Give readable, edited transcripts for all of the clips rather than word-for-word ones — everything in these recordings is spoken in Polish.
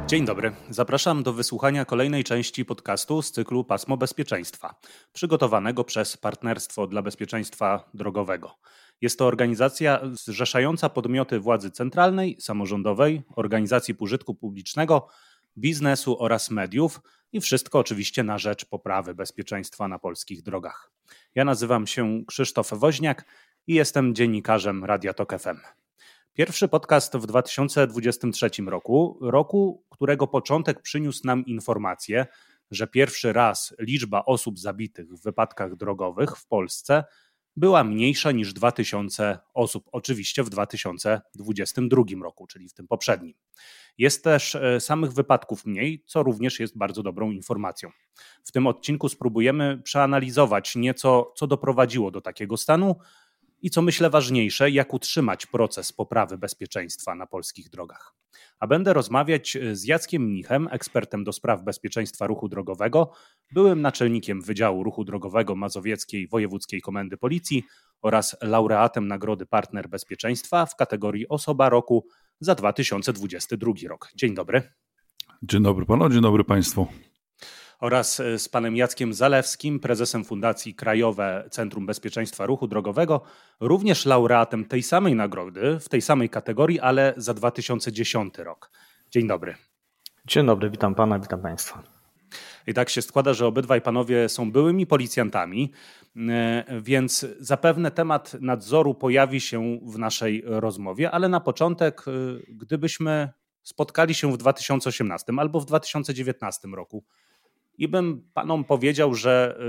Dzień dobry. Zapraszam do wysłuchania kolejnej części podcastu z cyklu Pasmo Bezpieczeństwa, przygotowanego przez Partnerstwo dla Bezpieczeństwa Drogowego. Jest to organizacja zrzeszająca podmioty władzy centralnej, samorządowej, organizacji pożytku publicznego, biznesu oraz mediów i wszystko oczywiście na rzecz poprawy bezpieczeństwa na polskich drogach. Ja nazywam się Krzysztof Woźniak i jestem dziennikarzem Radia Tok FM. Pierwszy podcast w 2023 roku, którego początek przyniósł nam informację, że pierwszy raz liczba osób zabitych w wypadkach drogowych w Polsce była mniejsza niż 2000 osób, oczywiście w 2022 roku, czyli w tym poprzednim. Jest też samych wypadków mniej, co również jest bardzo dobrą informacją. W tym odcinku spróbujemy przeanalizować nieco, co doprowadziło do takiego stanu, i co myślę ważniejsze, jak utrzymać proces poprawy bezpieczeństwa na polskich drogach. A będę rozmawiać z Jackiem Mnichem, ekspertem do spraw bezpieczeństwa ruchu drogowego, byłym naczelnikiem Wydziału Ruchu Drogowego Mazowieckiej Wojewódzkiej Komendy Policji oraz laureatem Nagrody Partner Bezpieczeństwa w kategorii Osoba Roku za 2022 rok. Dzień dobry. Dzień dobry panu, dzień dobry państwu. Oraz z panem Jackiem Zalewskim, prezesem Fundacji Krajowe Centrum Bezpieczeństwa Ruchu Drogowego, również laureatem tej samej nagrody, w tej samej kategorii, ale za 2010 rok. Dzień dobry. Dzień dobry, witam pana, witam państwa. I tak się składa, że obydwaj panowie są byłymi policjantami, więc zapewne temat nadzoru pojawi się w naszej rozmowie, ale na początek, gdybyśmy spotkali się w 2018 albo w 2019 roku, i bym panom powiedział, że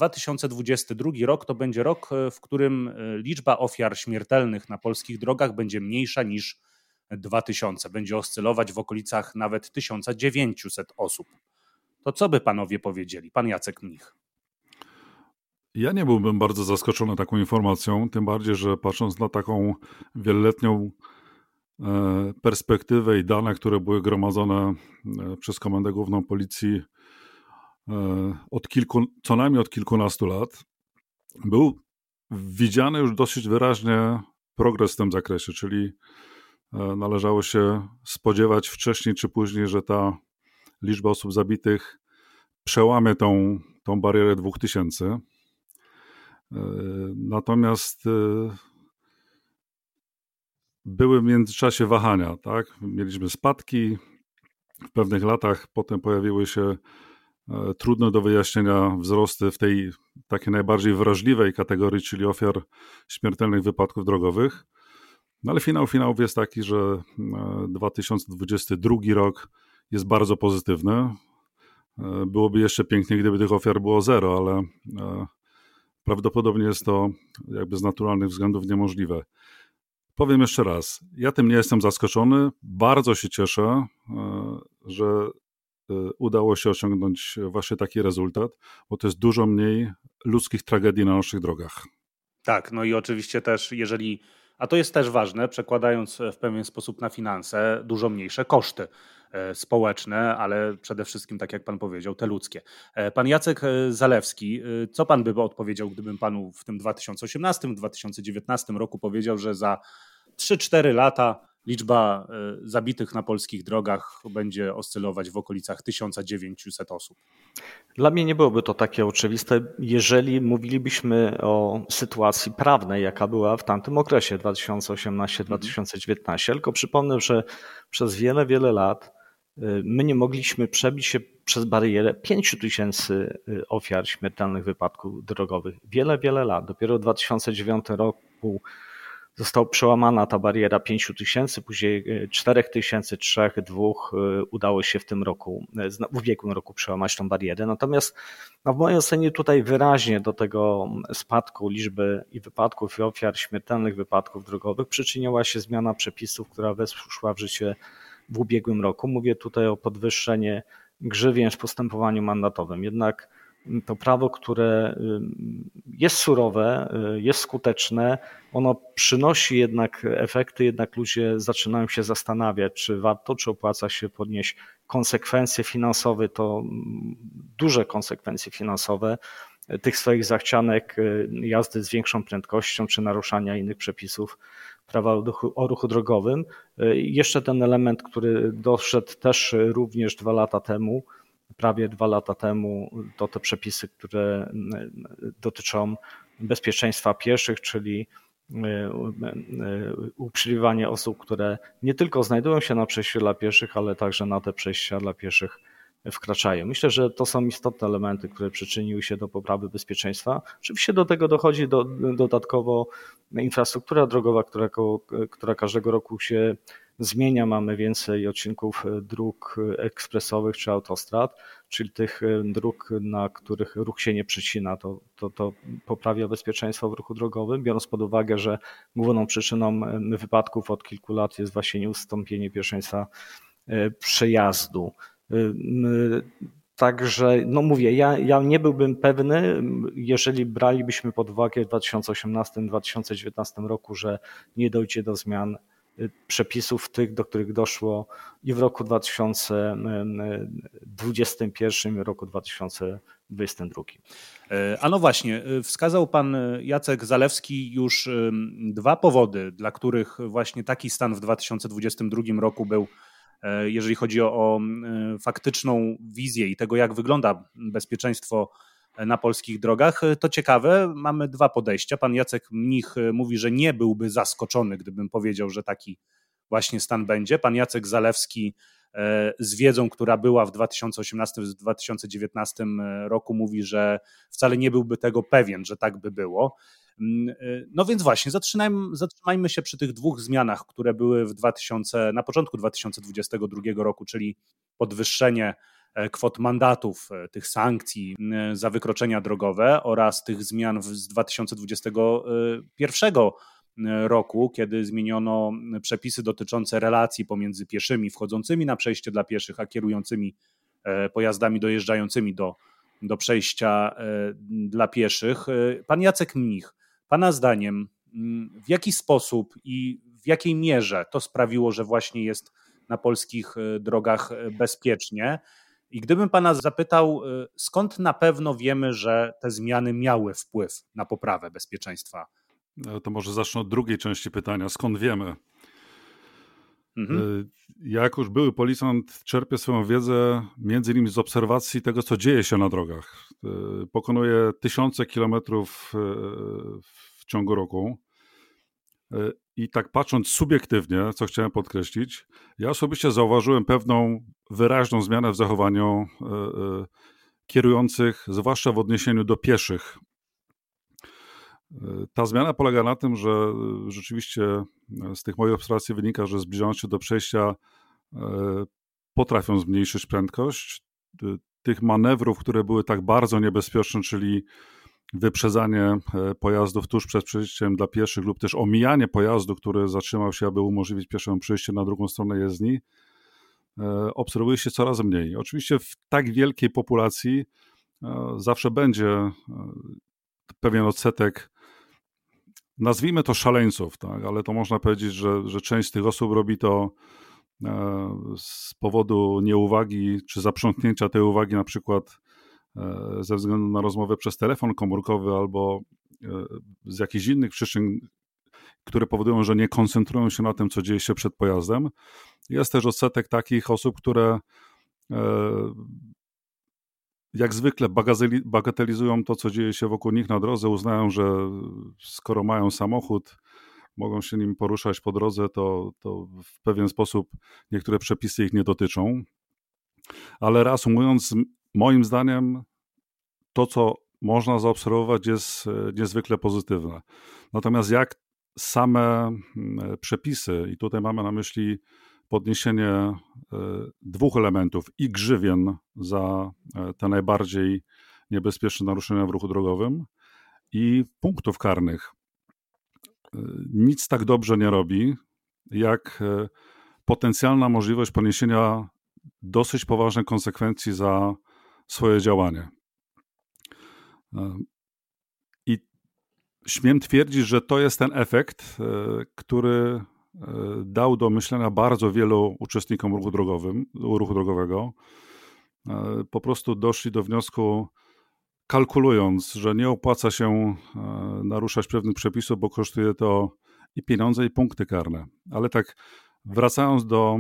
2022 rok to będzie rok, w którym liczba ofiar śmiertelnych na polskich drogach będzie mniejsza niż 2000. Będzie oscylować w okolicach nawet 1900 osób. To co by panowie powiedzieli? Pan Jacek Mnich. Ja nie byłbym bardzo zaskoczony taką informacją, tym bardziej, że patrząc na taką wieloletnią perspektywę i dane, które były gromadzone przez Komendę Główną Policji co najmniej od kilkunastu lat, był widziany już dosyć wyraźnie progres w tym zakresie, czyli należało się spodziewać wcześniej czy później, że ta liczba osób zabitych przełamie tą barierę 2000. Natomiast były w międzyczasie wahania, tak? Mieliśmy spadki w pewnych latach, potem pojawiły się trudne do wyjaśnienia wzrosty w tej takiej najbardziej wrażliwej kategorii, czyli ofiar śmiertelnych wypadków drogowych. No ale finał finałów jest taki, że 2022 rok jest bardzo pozytywny. Byłoby jeszcze piękniej, gdyby tych ofiar było zero, ale prawdopodobnie jest to jakby z naturalnych względów niemożliwe. Powiem jeszcze raz, ja tym nie jestem zaskoczony. Bardzo się cieszę, że udało się osiągnąć właśnie taki rezultat, bo to jest dużo mniej ludzkich tragedii na naszych drogach. Tak, no i oczywiście też a to jest też ważne, przekładając w pewien sposób na finanse, dużo mniejsze koszty społeczne, ale przede wszystkim, tak jak pan powiedział, te ludzkie. Pan Jacek Zalewski, co pan by odpowiedział, gdybym panu w tym 2018-2019 roku powiedział, że za 3-4 lata liczba zabitych na polskich drogach będzie oscylować w okolicach 1900 osób? Dla mnie nie byłoby to takie oczywiste, jeżeli mówilibyśmy o sytuacji prawnej, jaka była w tamtym okresie 2018-2019. Tylko przypomnę, że przez wiele, wiele lat my nie mogliśmy przebić się przez barierę 5000 ofiar śmiertelnych wypadków drogowych. Wiele, wiele lat. Dopiero w 2009 roku została przełamana ta bariera 5000, później 4000, 3, 2 udało się w ubiegłym roku przełamać tą barierę. Natomiast w mojej ocenie tutaj wyraźnie do tego spadku liczby i wypadków i ofiar śmiertelnych wypadków drogowych przyczyniła się zmiana przepisów, która weszła w życie w ubiegłym roku. Mówię tutaj o podwyższeniu grzywien w postępowaniu mandatowym. Jednak to prawo, które jest surowe, jest skuteczne, ono przynosi jednak efekty, jednak ludzie zaczynają się zastanawiać, czy warto, czy opłaca się podnieść konsekwencje finansowe, to duże konsekwencje finansowe tych swoich zachcianek jazdy z większą prędkością czy naruszania innych przepisów prawa o ruchu drogowym. Jeszcze ten element, który doszedł też również 2 lata temu, prawie 2 lata temu, to te przepisy, które dotyczą bezpieczeństwa pieszych, czyli uprzywilejowanie osób, które nie tylko znajdują się na przejściu dla pieszych, ale także na te przejścia dla pieszych wkraczają. Myślę, że to są istotne elementy, które przyczyniły się do poprawy bezpieczeństwa. Oczywiście do tego dochodzi dodatkowo infrastruktura drogowa, która każdego roku się zmienia. Mamy więcej odcinków dróg ekspresowych czy autostrad, czyli tych dróg, na których ruch się nie przecina. To poprawia bezpieczeństwo w ruchu drogowym, biorąc pod uwagę, że główną przyczyną wypadków od kilku lat jest właśnie nieustąpienie pierwszeństwa przejazdu. Także, no mówię, ja nie byłbym pewny, jeżeli bralibyśmy pod uwagę w 2018-2019 roku, że nie dojdzie do zmian przepisów tych, do których doszło i w roku 2021 i w roku 2022. A no właśnie, wskazał pan Jacek Zalewski już 2 powody, dla których właśnie taki stan w 2022 roku był, jeżeli chodzi o faktyczną wizję i tego, jak wygląda bezpieczeństwo na polskich drogach. To ciekawe, mamy 2 podejścia. Pan Jacek Mnich mówi, że nie byłby zaskoczony, gdybym powiedział, że taki właśnie stan będzie. Pan Jacek Zalewski z wiedzą, która była w 2018-2019 roku, mówi, że wcale nie byłby tego pewien, że tak by było. No więc właśnie, zatrzymajmy się przy tych 2 zmianach, które były na początku 2022 roku, czyli podwyższenie kwot mandatów, tych sankcji za wykroczenia drogowe oraz tych zmian z 2021 roku, kiedy zmieniono przepisy dotyczące relacji pomiędzy pieszymi wchodzącymi na przejście dla pieszych, a kierującymi pojazdami dojeżdżającymi do przejścia dla pieszych. Pan Jacek Mnich, pana zdaniem, w jaki sposób i w jakiej mierze to sprawiło, że właśnie jest na polskich drogach bezpiecznie? I gdybym pana zapytał, skąd na pewno wiemy, że te zmiany miały wpływ na poprawę bezpieczeństwa? To może zacznę od drugiej części pytania. Skąd wiemy? Ja jako już były policjant czerpię swoją wiedzę między innymi z obserwacji tego, co dzieje się na drogach. Pokonuję tysiące kilometrów w ciągu roku i tak patrząc subiektywnie, co chciałem podkreślić, ja osobiście zauważyłem pewną wyraźną zmianę w zachowaniu kierujących, zwłaszcza w odniesieniu do pieszych. Ta zmiana polega na tym, że rzeczywiście z tych moich obserwacji wynika, że zbliżając się do przejścia potrafią zmniejszyć prędkość. Tych manewrów, które były tak bardzo niebezpieczne, czyli wyprzedzanie pojazdów tuż przed przejściem dla pieszych lub też omijanie pojazdu, który zatrzymał się, aby umożliwić pieszemu przejście na drugą stronę jezdni, obserwuje się coraz mniej. Oczywiście w tak wielkiej populacji zawsze będzie pewien odsetek, nazwijmy to szaleńców, tak? Ale to można powiedzieć, że część z tych osób robi to z powodu nieuwagi czy zaprzątnięcia tej uwagi na przykład ze względu na rozmowę przez telefon komórkowy albo z jakichś innych przyczyn, które powodują, że nie koncentrują się na tym, co dzieje się przed pojazdem. Jest też odsetek takich osób, które jak zwykle bagatelizują to, co dzieje się wokół nich na drodze, uznają, że skoro mają samochód, mogą się nim poruszać po drodze, to w pewien sposób niektóre przepisy ich nie dotyczą. Ale reasumując, moim zdaniem to, co można zaobserwować, jest niezwykle pozytywne. Natomiast jak same przepisy, i tutaj mamy na myśli podniesienie 2 elementów i grzywien za te najbardziej niebezpieczne naruszenia w ruchu drogowym i punktów karnych, nic tak dobrze nie robi, jak potencjalna możliwość poniesienia dosyć poważnych konsekwencji za swoje działanie. I śmiem twierdzić, że to jest ten efekt, który dał do myślenia bardzo wielu uczestnikom ruchu drogowego. Po prostu doszli do wniosku, kalkulując, że nie opłaca się naruszać pewnych przepisów, bo kosztuje to i pieniądze, i punkty karne. Ale tak wracając do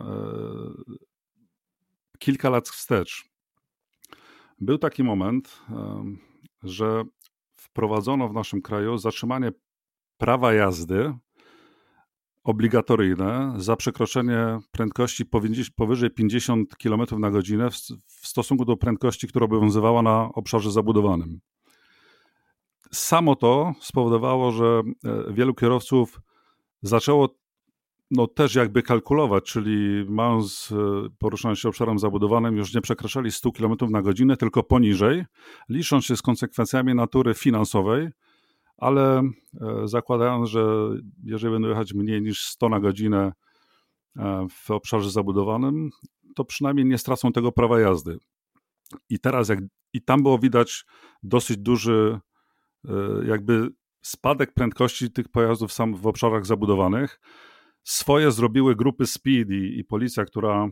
kilka lat wstecz, był taki moment, że wprowadzono w naszym kraju zatrzymanie prawa jazdy obligatoryjne za przekroczenie prędkości powyżej 50 km na godzinę w stosunku do prędkości, która obowiązywała na obszarze zabudowanym. Samo to spowodowało, że wielu kierowców zaczęło też jakby kalkulować, czyli poruszając się obszarem zabudowanym, już nie przekraczali 100 km na godzinę, tylko poniżej, licząc się z konsekwencjami natury finansowej, ale zakładając, że jeżeli będą jechać mniej niż 100 na godzinę w obszarze zabudowanym, to przynajmniej nie stracą tego prawa jazdy. I teraz i tam było widać dosyć duży jakby spadek prędkości tych pojazdów w obszarach zabudowanych. Swoje zrobiły grupy SPEED i policja, która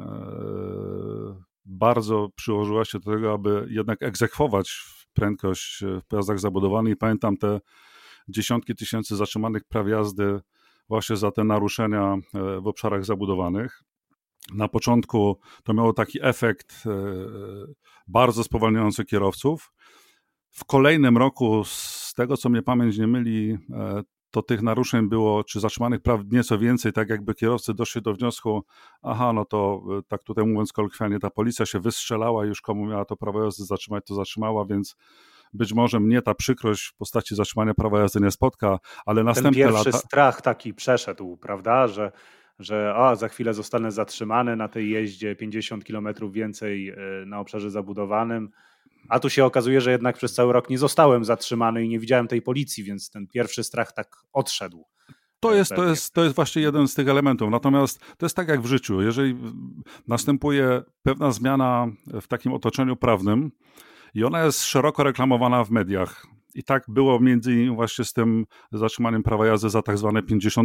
bardzo przyłożyła się do tego, aby jednak egzekwować prędkość w pojazdach zabudowanych. Pamiętam te dziesiątki tysięcy zatrzymanych praw jazdy właśnie za te naruszenia w obszarach zabudowanych. Na początku to miało taki efekt bardzo spowalniający kierowców. W kolejnym roku, z tego co mnie pamięć nie myli, to tych naruszeń było, czy zatrzymanych praw nieco więcej, tak jakby kierowcy doszli do wniosku, no to tak tutaj mówiąc kolokwialnie, ta policja się wystrzelała, już komu miała to prawo jazdy zatrzymać, to zatrzymała, więc być może mnie ta przykrość w postaci zatrzymania prawa jazdy nie spotka, ale następne lata... Ten pierwszy strach taki przeszedł, prawda, że za chwilę zostanę zatrzymany na tej jeździe 50 km więcej na obszarze zabudowanym, a tu się okazuje, że jednak przez cały rok nie zostałem zatrzymany i nie widziałem tej policji, więc ten pierwszy strach tak odszedł. To jest właśnie jeden z tych elementów. Natomiast to jest tak jak w życiu. Jeżeli następuje pewna zmiana w takim otoczeniu prawnym i ona jest szeroko reklamowana w mediach, i tak było między innymi właśnie z tym zatrzymaniem prawa jazdy za tak zwane 50+.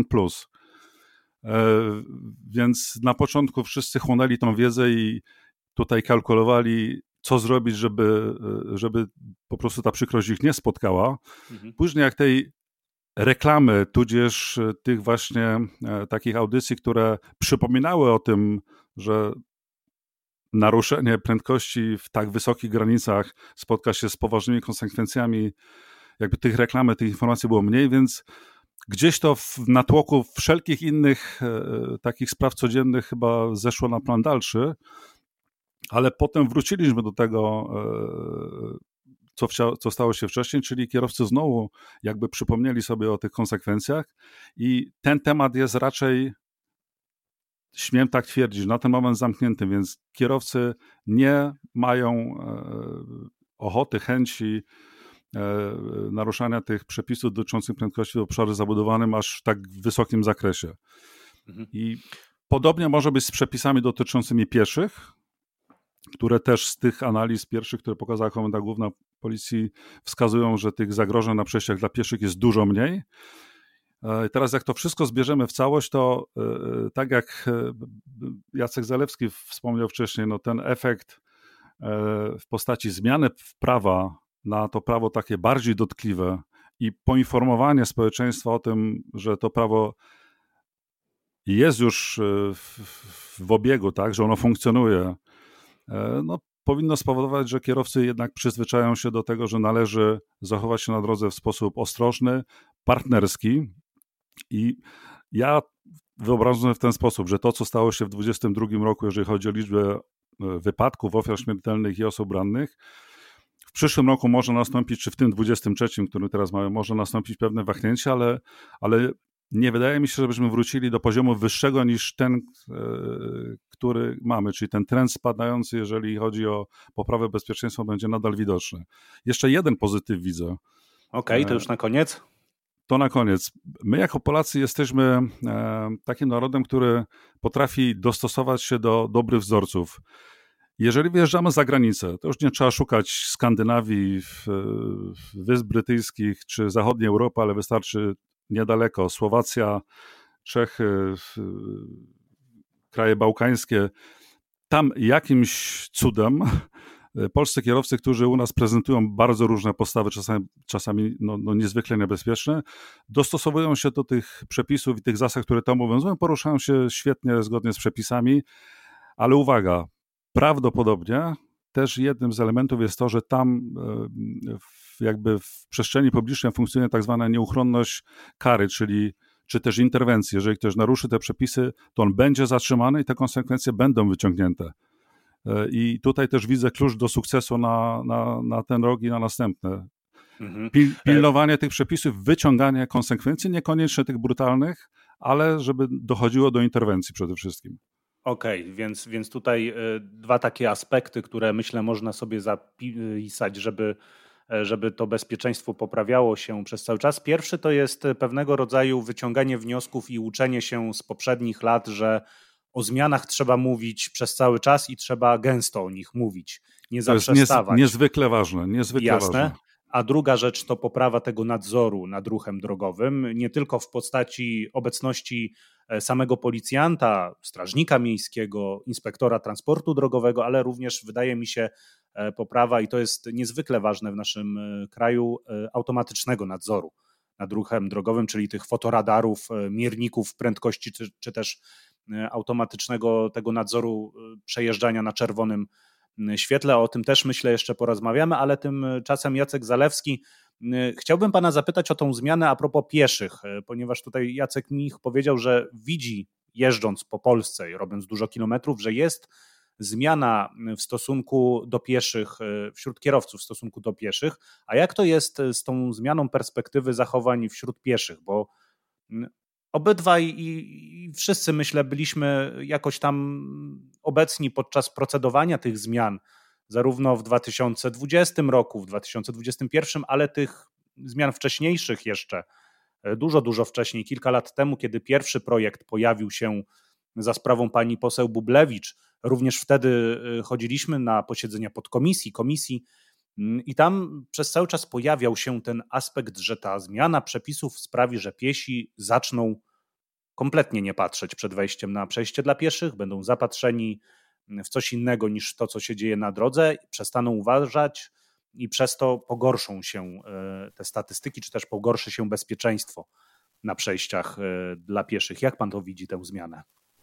Więc na początku wszyscy chłonęli tą wiedzę i tutaj kalkulowali, co zrobić, żeby po prostu ta przykrość ich nie spotkała. Później jak tej reklamy, tudzież tych właśnie takich audycji, które przypominały o tym, że naruszenie prędkości w tak wysokich granicach spotka się z poważnymi konsekwencjami, jakby tych reklamy, tych informacji było mniej, więc gdzieś to w natłoku wszelkich innych takich spraw codziennych chyba zeszło na plan dalszy, ale potem wróciliśmy do tego, co stało się wcześniej, czyli kierowcy znowu jakby przypomnieli sobie o tych konsekwencjach i ten temat jest raczej, śmiem tak twierdzić, na ten moment zamknięty, więc kierowcy nie mają ochoty, chęci naruszania tych przepisów dotyczących prędkości w obszarze zabudowanym aż w tak wysokim zakresie. I podobnie może być z przepisami dotyczącymi pieszych, które też z tych analiz pierwszych, które pokazała Komenda Główna Policji, wskazują, że tych zagrożeń na przejściach dla pieszych jest dużo mniej. I teraz jak to wszystko zbierzemy w całość, to tak jak Jacek Zalewski wspomniał wcześniej, ten efekt w postaci zmiany prawa na to prawo takie bardziej dotkliwe i poinformowanie społeczeństwa o tym, że to prawo jest już w obiegu, tak, że ono funkcjonuje, powinno spowodować, że kierowcy jednak przyzwyczają się do tego, że należy zachować się na drodze w sposób ostrożny, partnerski. I ja wyobrażam sobie w ten sposób, że to, co stało się w 2022 roku, jeżeli chodzi o liczbę wypadków, ofiar śmiertelnych i osób rannych, w przyszłym roku może nastąpić, czy w tym 2023, który teraz mamy, może nastąpić pewne wahnięcie, ale nie wydaje mi się, żebyśmy wrócili do poziomu wyższego niż ten, który mamy, czyli ten trend spadający, jeżeli chodzi o poprawę bezpieczeństwa, będzie nadal widoczny. Jeszcze jeden pozytyw widzę. Okej, to już na koniec. To na koniec. My jako Polacy jesteśmy takim narodem, który potrafi dostosować się do dobrych wzorców. Jeżeli wyjeżdżamy za granicę, to już nie trzeba szukać Skandynawii, Wysp Brytyjskich czy zachodniej Europy, ale wystarczy niedaleko Słowacja, Czechy, kraje bałkańskie. Tam jakimś cudem polscy kierowcy, którzy u nas prezentują bardzo różne postawy, czasami niezwykle niebezpieczne, dostosowują się do tych przepisów i tych zasad, które tam obowiązują, poruszają się świetnie zgodnie z przepisami, ale uwaga, prawdopodobnie też jednym z elementów jest to, że tam jakby w przestrzeni publicznej funkcjonuje tak zwana nieuchronność kary, czy też interwencji. Jeżeli ktoś naruszy te przepisy, to on będzie zatrzymany i te konsekwencje będą wyciągnięte. I tutaj też widzę klucz do sukcesu na ten rok i na następne. Pilnowanie tych przepisów, wyciąganie konsekwencji, niekoniecznie tych brutalnych, ale żeby dochodziło do interwencji przede wszystkim. Okej, więc tutaj dwa takie aspekty, które myślę można sobie zapisać, żeby to bezpieczeństwo poprawiało się przez cały czas. Pierwszy to jest pewnego rodzaju wyciąganie wniosków i uczenie się z poprzednich lat, że o zmianach trzeba mówić przez cały czas i trzeba gęsto o nich mówić, nie zaprzestawać. To jest niezwykle ważne. Jasne. A druga rzecz to poprawa tego nadzoru nad ruchem drogowym, nie tylko w postaci obecności samego policjanta, strażnika miejskiego, inspektora transportu drogowego, ale również wydaje mi się poprawa, i to jest niezwykle ważne w naszym kraju, automatycznego nadzoru nad ruchem drogowym, czyli tych fotoradarów, mierników prędkości, czy też automatycznego tego nadzoru przejeżdżania na czerwonym świetle. O tym też myślę jeszcze porozmawiamy, ale tymczasem Jacek Zalewski, chciałbym pana zapytać o tą zmianę a propos pieszych, ponieważ tutaj Jacek Mich powiedział, że widzi, jeżdżąc po Polsce i robiąc dużo kilometrów, że jest zmiana w stosunku do pieszych, wśród kierowców w stosunku do pieszych, a jak to jest z tą zmianą perspektywy zachowań wśród pieszych, bo obydwaj i wszyscy, myślę, byliśmy jakoś tam obecni podczas procedowania tych zmian, zarówno w 2020 roku, w 2021, ale tych zmian wcześniejszych jeszcze, dużo wcześniej, kilka lat temu, kiedy pierwszy projekt pojawił się za sprawą pani poseł Bublewicz. Również wtedy chodziliśmy na posiedzenia podkomisji, komisji i tam przez cały czas pojawiał się ten aspekt, że ta zmiana przepisów sprawi, że piesi zaczną kompletnie nie patrzeć przed wejściem na przejście dla pieszych, będą zapatrzeni w coś innego niż to, co się dzieje na drodze, przestaną uważać i przez to pogorszą się te statystyki, czy też pogorszy się bezpieczeństwo na przejściach dla pieszych. Jak pan to widzi, tę zmianę?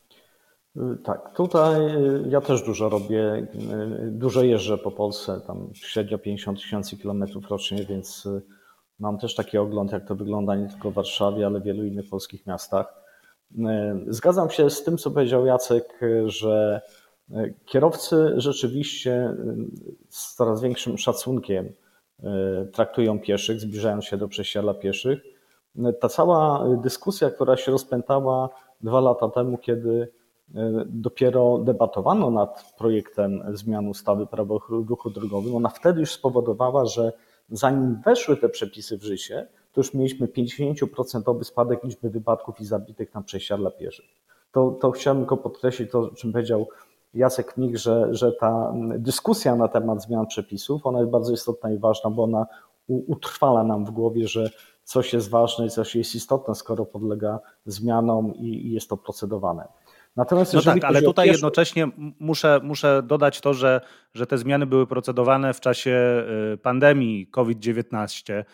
Tak, tutaj ja też dużo robię, dużo jeżdżę po Polsce, tam średnio 50 000 kilometrów rocznie, więc mam też taki ogląd, jak to wygląda nie tylko w Warszawie, ale w wielu innych polskich miastach. Zgadzam się z tym, co powiedział Jacek, że kierowcy rzeczywiście z coraz większym szacunkiem traktują pieszych, zbliżają się do przejścia dla pieszych. Ta cała dyskusja, która się rozpętała 2 lata temu, kiedy dopiero debatowano nad projektem zmian ustawy Prawo o ruchu drogowym, ona wtedy już spowodowała, że zanim weszły te przepisy w życie, to już mieliśmy 50% spadek liczby wypadków i zabitych na przejściach dla pieszych. To chciałem tylko podkreślić to, o czym powiedział Jacek Mich, że ta dyskusja na temat zmian przepisów, ona jest bardzo istotna i ważna, bo ona utrwala nam w głowie, że coś jest ważne i coś jest istotne, skoro podlega zmianom i jest to procedowane. Natomiast no tak, ale tutaj jednocześnie muszę dodać to, że te zmiany były procedowane w czasie pandemii COVID-19,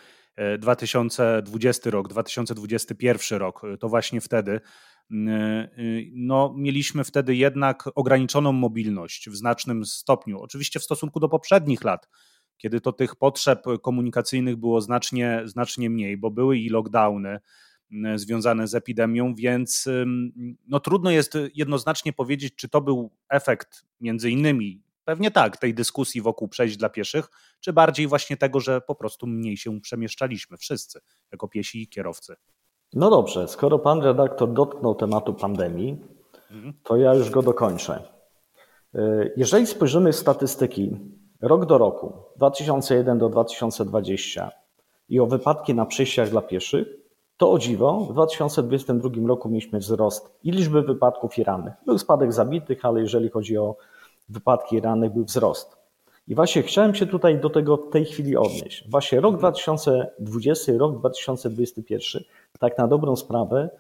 2020 rok, 2021 rok, to właśnie wtedy. No, mieliśmy wtedy jednak ograniczoną mobilność w znacznym stopniu, oczywiście w stosunku do poprzednich lat, kiedy to tych potrzeb komunikacyjnych było znacznie mniej, bo były i lockdowny związane z epidemią, więc no, trudno jest jednoznacznie powiedzieć, czy to był efekt między innymi, pewnie tak, tej dyskusji wokół przejść dla pieszych, czy bardziej właśnie tego, że po prostu mniej się przemieszczaliśmy wszyscy, jako piesi i kierowcy. No dobrze, skoro pan redaktor dotknął tematu pandemii, to ja już go dokończę. Jeżeli spojrzymy w statystyki rok do roku, 2001 do 2020 i o wypadki na przejściach dla pieszych, to o dziwo w 2022 roku mieliśmy wzrost i liczby wypadków i rannych. Był spadek zabitych, ale jeżeli chodzi o wypadki i rannych, był wzrost. I właśnie chciałem się tutaj do tego w tej chwili odnieść. Właśnie rok 2020 i rok 2021 tak na dobrą sprawę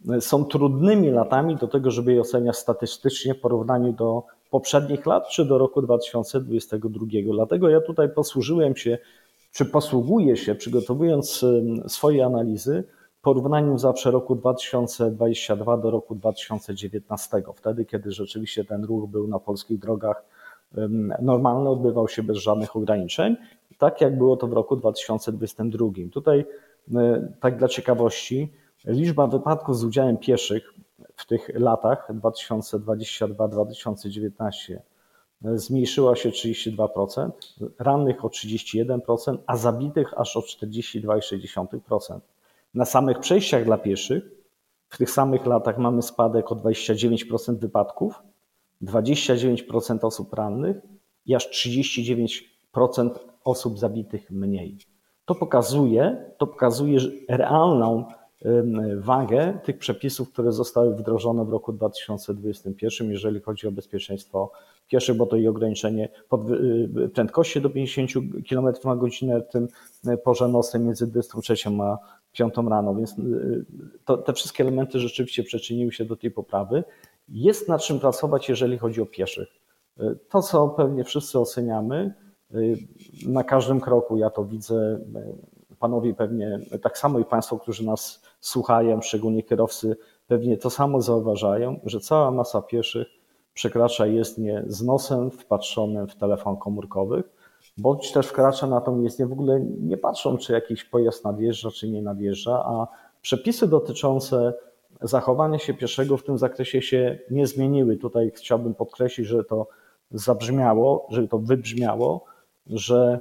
są trudnymi latami do tego, żeby je oceniać statystycznie w porównaniu do poprzednich lat czy do roku 2022. Dlatego ja tutaj posługuję się, przygotowując swoje analizy, porównaniem zawsze roku 2022 do roku 2019, wtedy kiedy rzeczywiście ten ruch był na polskich drogach normalny, odbywał się bez żadnych ograniczeń, tak jak było to w roku 2022. Tutaj tak dla ciekawości, liczba wypadków z udziałem pieszych w tych latach 2022-2019 zmniejszyła się 32%, rannych o 31%, a zabitych aż o 42,6%. Na samych przejściach dla pieszych w tych samych latach mamy spadek o 29% wypadków, 29% osób rannych i aż 39% osób zabitych mniej. To pokazuje realną wagę tych przepisów, które zostały wdrożone w roku 2021, jeżeli chodzi o bezpieczeństwo pieszych, bo to i ograniczenie prędkości do 50 km na godzinę w tym porze nocnej między 23 a 5 rano, więc te wszystkie elementy rzeczywiście przyczyniły się do tej poprawy. Jest nad czym pracować, jeżeli chodzi o pieszych. To, co pewnie wszyscy oceniamy, na każdym kroku ja to widzę, panowie pewnie tak samo i państwo, którzy nas słuchają, szczególnie kierowcy, pewnie to samo zauważają, że cała masa pieszych przekracza jezdnię z nosem wpatrzonym w telefon komórkowy, bądź też wkracza na tą jezdnię w ogóle nie patrzą, czy jakiś pojazd nadjeżdża, czy nie nadjeżdża, a przepisy dotyczące zachowania się pieszego w tym zakresie się nie zmieniły. Tutaj chciałbym podkreślić, że to zabrzmiało, że to wybrzmiało, że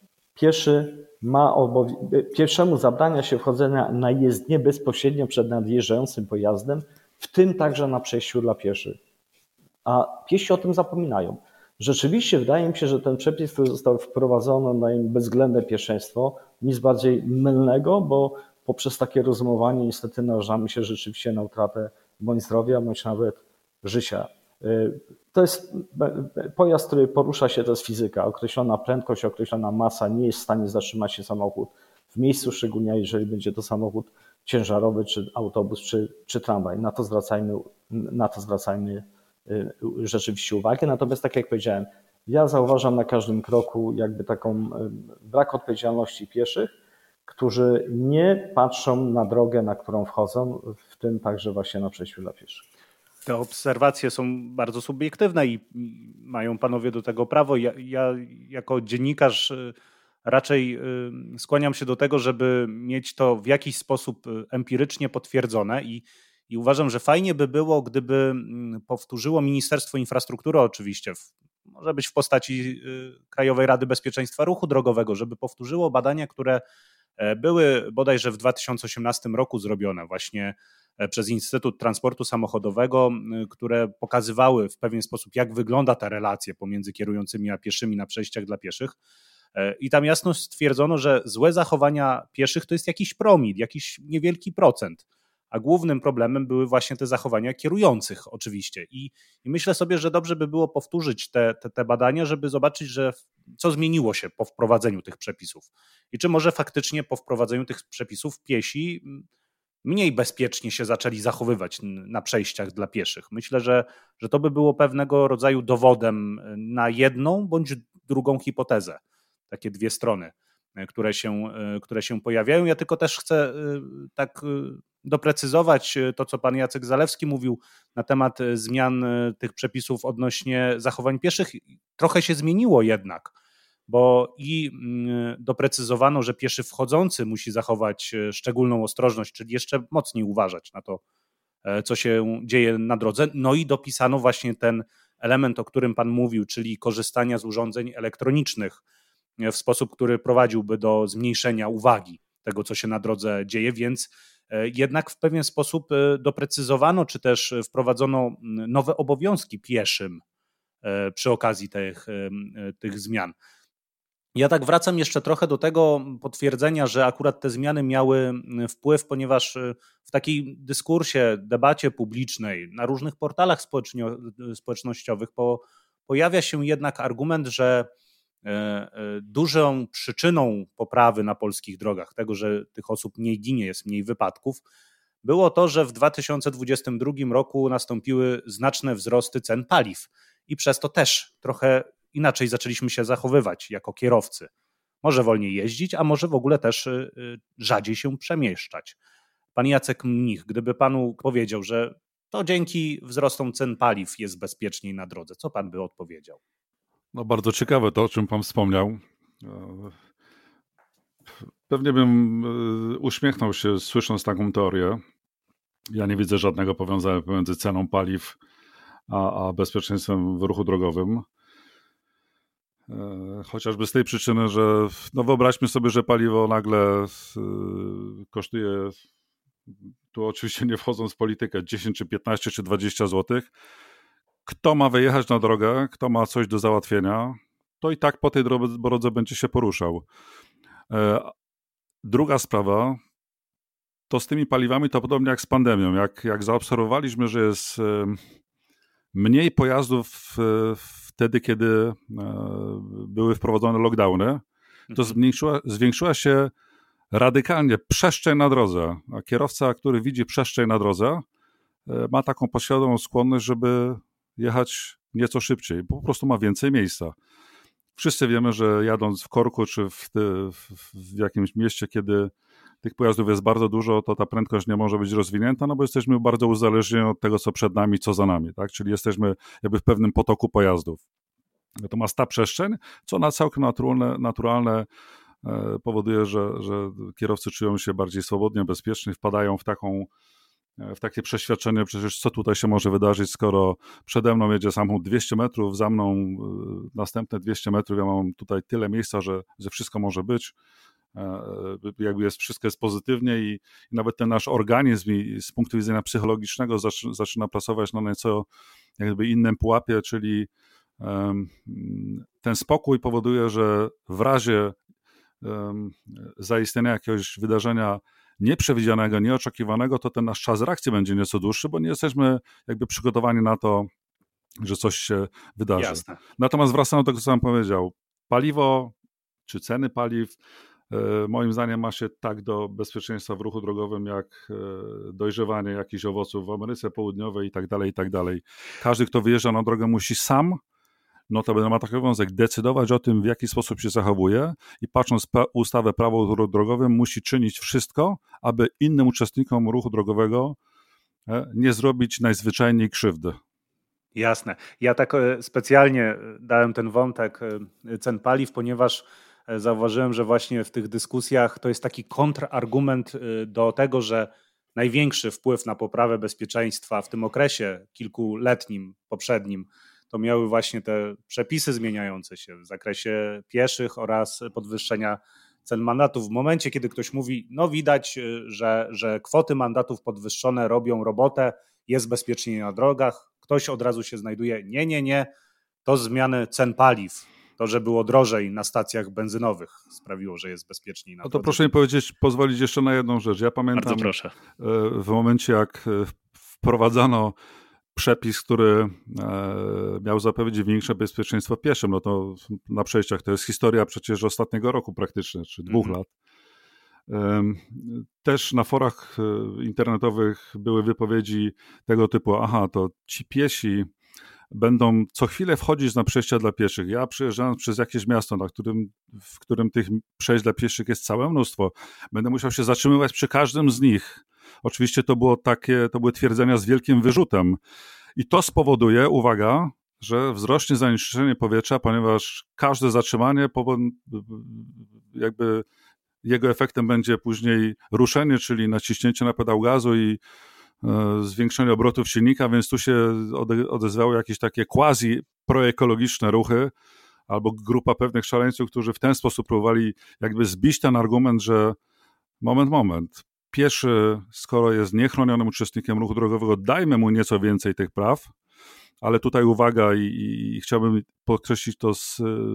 pieszemu zabrania się wchodzenia na jezdnię bezpośrednio przed nadjeżdżającym pojazdem, w tym także na przejściu dla pieszych. A piesi o tym zapominają. Rzeczywiście wydaje mi się, że ten przepis, który został wprowadzony, daje bezwzględne pierwszeństwo, nic bardziej mylnego, bo poprzez takie rozumowanie niestety narażamy się rzeczywiście na utratę bądź zdrowia, bądź nawet życia. To jest pojazd, który porusza się, to jest fizyka. Określona prędkość, określona masa, nie jest w stanie zatrzymać się samochód w miejscu, szczególnie jeżeli będzie to samochód ciężarowy, czy autobus, czy tramwaj. Na to zwracajmy rzeczywiście uwagę. Natomiast tak jak powiedziałem, ja zauważam na każdym kroku jakby taką brak odpowiedzialności pieszych, którzy nie patrzą na drogę, na którą wchodzą, w tym także właśnie na przejściu dla pieszych. Te obserwacje są bardzo subiektywne i mają panowie do tego prawo. Ja jako dziennikarz raczej skłaniam się do tego, żeby mieć to w jakiś sposób empirycznie potwierdzone i uważam, że fajnie by było, gdyby powtórzyło Ministerstwo Infrastruktury oczywiście, może być w postaci Krajowej Rady Bezpieczeństwa Ruchu Drogowego, żeby powtórzyło badania, które były bodajże w 2018 roku zrobione właśnie przez Instytut Transportu Samochodowego, które pokazywały w pewien sposób, jak wygląda ta relacja pomiędzy kierującymi a pieszymi na przejściach dla pieszych. I tam jasno stwierdzono, że złe zachowania pieszych to jest jakiś promil, jakiś niewielki procent, a głównym problemem były właśnie te zachowania kierujących oczywiście. I myślę sobie, że dobrze by było powtórzyć te badania, żeby zobaczyć, że co zmieniło się po wprowadzeniu tych przepisów i czy może faktycznie po wprowadzeniu tych przepisów piesi mniej bezpiecznie się zaczęli zachowywać na przejściach dla pieszych. Myślę, że to by było pewnego rodzaju dowodem na jedną bądź drugą hipotezę. Takie dwie strony, które się pojawiają. Ja tylko też chcę tak doprecyzować to, co pan Jacek Zalewski mówił na temat zmian tych przepisów odnośnie zachowań pieszych. Trochę się zmieniło jednak, bo i doprecyzowano, że pieszy wchodzący musi zachować szczególną ostrożność, czyli jeszcze mocniej uważać na to, co się dzieje na drodze. No i dopisano właśnie ten element, o którym pan mówił, czyli korzystania z urządzeń elektronicznych w sposób, który prowadziłby do zmniejszenia uwagi tego, co się na drodze dzieje, więc jednak w pewien sposób doprecyzowano, czy też wprowadzono nowe obowiązki pieszym przy okazji tych zmian. Ja tak wracam jeszcze trochę do tego potwierdzenia, że akurat te zmiany miały wpływ, ponieważ w takiej dyskursie, debacie publicznej, na różnych portalach społecznościowych pojawia się jednak argument, że dużą przyczyną poprawy na polskich drogach, tego, że tych osób mniej ginie, jest mniej wypadków, było to, że w 2022 roku nastąpiły znaczne wzrosty cen paliw i przez to też trochę inaczej zaczęliśmy się zachowywać jako kierowcy. Może wolniej jeździć, a może w ogóle też rzadziej się przemieszczać. Pan Jacek Mnich, gdyby panu powiedział, że to dzięki wzrostom cen paliw jest bezpieczniej na drodze, co pan by odpowiedział? No bardzo ciekawe to, o czym pan wspomniał. Pewnie bym uśmiechnął się, słysząc taką teorię. Ja nie widzę żadnego powiązania pomiędzy ceną paliw a bezpieczeństwem w ruchu drogowym. Chociażby z tej przyczyny, że no wyobraźmy sobie, że paliwo nagle kosztuje, tu oczywiście nie wchodząc w politykę, 10 czy 15 czy 20 zł. Kto ma wyjechać na drogę, kto ma coś do załatwienia, to i tak po tej drodze będzie się poruszał. Druga sprawa, to z tymi paliwami to podobnie jak z pandemią. Jak zaobserwowaliśmy, że jest mniej pojazdów wtedy, kiedy były wprowadzone lockdowny, to zwiększyła się radykalnie przestrzeń na drodze. A kierowca, który widzi przestrzeń na drodze, ma taką podświadomą skłonność, żeby jechać nieco szybciej, bo po prostu ma więcej miejsca. Wszyscy wiemy, że jadąc w korku czy w jakimś mieście, kiedy tych pojazdów jest bardzo dużo, to ta prędkość nie może być rozwinięta, no bo jesteśmy bardzo uzależnieni od tego, co przed nami, co za nami, tak? Czyli jesteśmy jakby w pewnym potoku pojazdów. Natomiast ta przestrzeń, co na całkiem naturalne powoduje, że kierowcy czują się bardziej swobodnie, bezpiecznie, wpadają w takie przeświadczenie, przecież co tutaj się może wydarzyć, skoro przede mną jedzie samochód 200 metrów, za mną następne 200 metrów, ja mam tutaj tyle miejsca, że wszystko może być, jakby wszystko jest pozytywnie i nawet ten nasz organizm z punktu widzenia psychologicznego zaczyna pracować na nieco jakby innym pułapie, czyli ten spokój powoduje, że w razie zaistnienia jakiegoś wydarzenia nieprzewidzianego, nieoczekiwanego, to ten nasz czas reakcji będzie nieco dłuższy, bo nie jesteśmy jakby przygotowani na to, że coś się wydarzy. Jasne. Natomiast wracając do tego, co pan powiedział, paliwo czy ceny paliw moim zdaniem ma się tak do bezpieczeństwa w ruchu drogowym, jak dojrzewanie jakichś owoców w Ameryce Południowej i tak dalej. Każdy, kto wyjeżdża na drogę, musi sam, notabene ma taki obowiązek, decydować o tym, w jaki sposób się zachowuje i patrząc ustawę prawo o ruchu drogowym, musi czynić wszystko, aby innym uczestnikom ruchu drogowego nie zrobić najzwyczajniej krzywdy. Jasne. Ja tak specjalnie dałem ten wątek cen paliw, ponieważ zauważyłem, że właśnie w tych dyskusjach to jest taki kontrargument do tego, że największy wpływ na poprawę bezpieczeństwa w tym okresie kilkuletnim, poprzednim, to miały właśnie te przepisy zmieniające się w zakresie pieszych oraz podwyższenia cen mandatów. W momencie, kiedy ktoś mówi, no widać, że kwoty mandatów podwyższone robią robotę, jest bezpieczniej na drogach, ktoś od razu się znajduje, nie, to zmiany cen paliw, to, że było drożej na stacjach benzynowych sprawiło, że jest bezpieczniej na drodze. No to proszę mi pozwolić jeszcze na jedną rzecz. Ja pamiętam w momencie, jak wprowadzano przepis, który miał zapewnić większe bezpieczeństwo pieszym, no to na przejściach to jest historia przecież ostatniego roku praktycznie, czy 2 lat. Też na forach internetowych były wypowiedzi tego typu, to ci piesi będą co chwilę wchodzić na przejścia dla pieszych. Ja przejeżdżając przez jakieś miasto, w którym tych przejść dla pieszych jest całe mnóstwo, będę musiał się zatrzymywać przy każdym z nich. Oczywiście to były twierdzenia z wielkim wyrzutem. I to spowoduje, uwaga, że wzrośnie zanieczyszczenie powietrza, ponieważ każde zatrzymanie jakby jego efektem będzie później ruszenie, czyli naciśnięcie na pedał gazu i zwiększenie obrotów silnika, więc tu się odezwały jakieś takie quasi-proekologiczne ruchy albo grupa pewnych szaleńców, którzy w ten sposób próbowali jakby zbić ten argument, że moment, pieszy, skoro jest niechronionym uczestnikiem ruchu drogowego, dajmy mu nieco więcej tych praw, ale tutaj uwaga i chciałbym podkreślić to z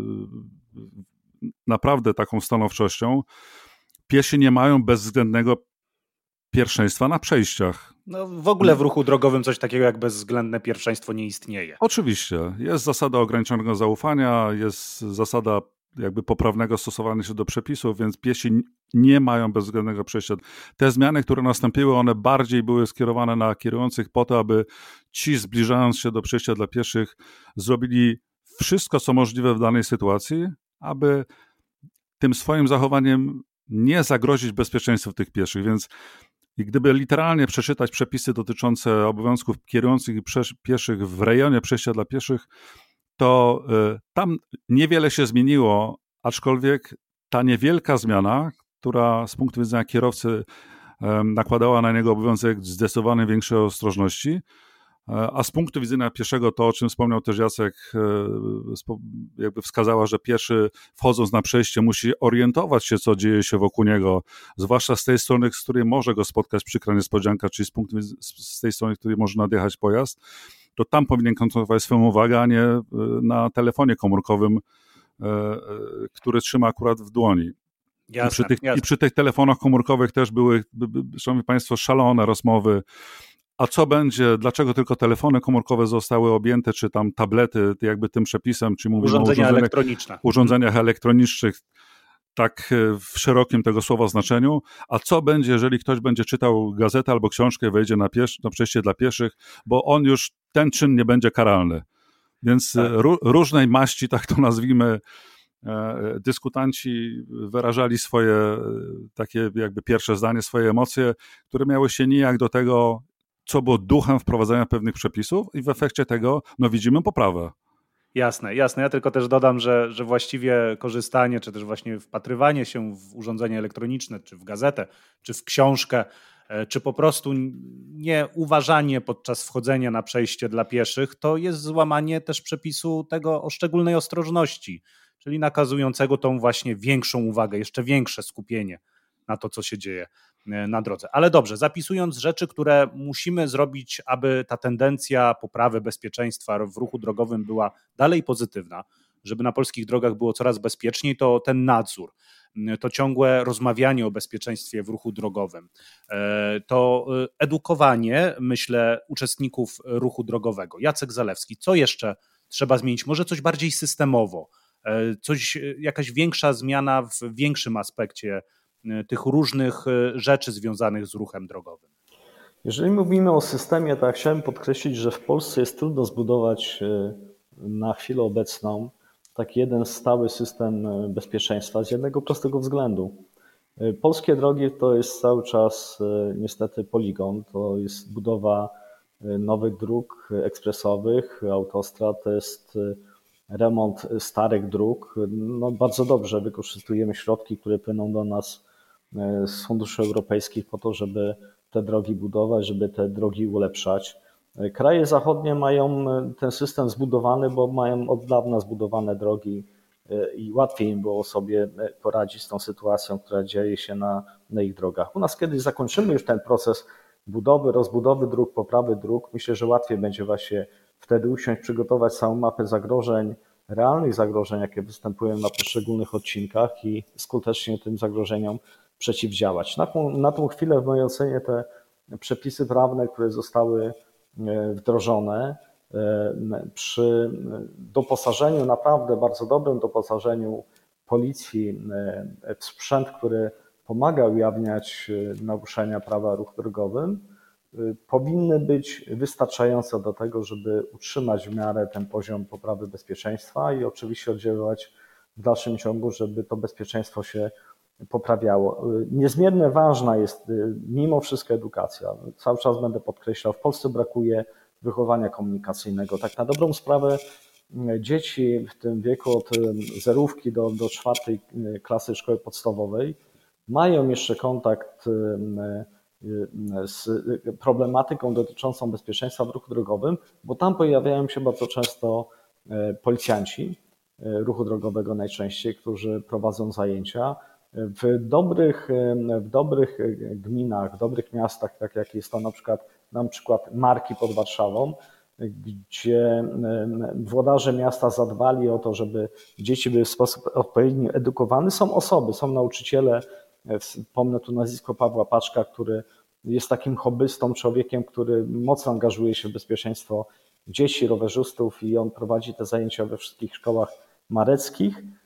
naprawdę taką stanowczością, piesi nie mają bezwzględnego pierwszeństwa na przejściach. No w ogóle w ruchu drogowym coś takiego jak bezwzględne pierwszeństwo nie istnieje. Oczywiście. Jest zasada ograniczonego zaufania, jest zasada jakby poprawnego stosowania się do przepisów, więc piesi nie mają bezwzględnego przejścia. Te zmiany, które nastąpiły, one bardziej były skierowane na kierujących po to, aby ci, zbliżając się do przejścia dla pieszych, zrobili wszystko, co możliwe w danej sytuacji, aby tym swoim zachowaniem nie zagrozić bezpieczeństwu tych pieszych, więc i gdyby literalnie przeczytać przepisy dotyczące obowiązków kierujących i pieszych w rejonie przejścia dla pieszych, to tam niewiele się zmieniło, aczkolwiek ta niewielka zmiana, która z punktu widzenia kierowcy nakładała na niego obowiązek zdecydowanie większej ostrożności, a z punktu widzenia pieszego, to o czym wspomniał też Jacek, jakby wskazała, że pieszy wchodząc na przejście musi orientować się, co dzieje się wokół niego, zwłaszcza z tej strony, z której może go spotkać przykra niespodzianka, czyli z tej strony, z której może nadjechać pojazd, to tam powinien koncentrować swoją uwagę, a nie na telefonie komórkowym, który trzyma akurat w dłoni. Jasne, I przy tych telefonach komórkowych też były, szanowni państwo, szalone rozmowy. A co będzie, dlaczego tylko telefony komórkowe zostały objęte, czy tam tablety jakby tym przepisem, czy mówimy urządzenia elektroniczne. Urządzeniach elektronicznych, tak w szerokim tego słowa znaczeniu. A co będzie, jeżeli ktoś będzie czytał gazetę albo książkę, wejdzie na przejście dla pieszych, bo on już, ten czyn nie będzie karalny. Więc tak. Różnej maści, tak to nazwijmy, dyskutanci wyrażali swoje takie jakby pierwsze zdanie, swoje emocje, które miały się nijak do tego, co było duchem wprowadzenia pewnych przepisów i w efekcie tego widzimy poprawę. Jasne. Ja tylko też dodam, że właściwie korzystanie, czy też właśnie wpatrywanie się w urządzenie elektroniczne, czy w gazetę, czy w książkę, czy po prostu nieuważanie podczas wchodzenia na przejście dla pieszych, to jest złamanie też przepisu tego o szczególnej ostrożności, czyli nakazującego tą właśnie większą uwagę, jeszcze większe skupienie na to, co się dzieje na drodze. Ale dobrze, zapisując rzeczy, które musimy zrobić, aby ta tendencja poprawy bezpieczeństwa w ruchu drogowym była dalej pozytywna, żeby na polskich drogach było coraz bezpieczniej, to ten nadzór, to ciągłe rozmawianie o bezpieczeństwie w ruchu drogowym, to edukowanie, myślę, uczestników ruchu drogowego. Jacek Zalewski, co jeszcze trzeba zmienić? Może coś bardziej systemowo, jakaś większa zmiana w większym aspekcie tych różnych rzeczy związanych z ruchem drogowym. Jeżeli mówimy o systemie, to chciałem podkreślić, że w Polsce jest trudno zbudować na chwilę obecną taki jeden stały system bezpieczeństwa z jednego prostego względu. Polskie drogi to jest cały czas niestety poligon, to jest budowa nowych dróg ekspresowych, autostrad, to jest remont starych dróg. Bardzo dobrze wykorzystujemy środki, które płyną do nas z funduszy europejskich po to, żeby te drogi budować, żeby te drogi ulepszać. Kraje zachodnie mają ten system zbudowany, bo mają od dawna zbudowane drogi i łatwiej im było sobie poradzić z tą sytuacją, która dzieje się na ich drogach. U nas kiedyś zakończymy już ten proces budowy, rozbudowy dróg, poprawy dróg. Myślę, że łatwiej będzie właśnie wtedy usiąść, przygotować całą mapę zagrożeń, realnych zagrożeń, jakie występują na poszczególnych odcinkach i skutecznie tym zagrożeniom przeciwdziałać. Na tą chwilę w mojej ocenie te przepisy prawne, które zostały wdrożone przy doposażeniu, naprawdę bardzo dobrym doposażeniu policji w sprzęt, który pomaga ujawniać naruszenia prawa o ruchu drogowym, powinny być wystarczające do tego, żeby utrzymać w miarę ten poziom poprawy bezpieczeństwa i oczywiście oddziaływać w dalszym ciągu, żeby to bezpieczeństwo się poprawiało. Niezmiernie ważna jest mimo wszystko edukacja. Cały czas będę podkreślał, w Polsce brakuje wychowania komunikacyjnego. Tak na dobrą sprawę dzieci w tym wieku od zerówki do 4. klasy szkoły podstawowej mają jeszcze kontakt z problematyką dotyczącą bezpieczeństwa w ruchu drogowym, bo tam pojawiają się bardzo często policjanci ruchu drogowego najczęściej, którzy prowadzą zajęcia. W dobrych gminach, w dobrych miastach, tak jak jest to na przykład Marki pod Warszawą, gdzie włodarze miasta zadbali o to, żeby dzieci były w sposób odpowiednio edukowane. Są nauczyciele, wspomnę tu nazwisko Pawła Paczka, który jest takim hobbystą, człowiekiem, który mocno angażuje się w bezpieczeństwo dzieci, rowerzystów i on prowadzi te zajęcia we wszystkich szkołach mareckich.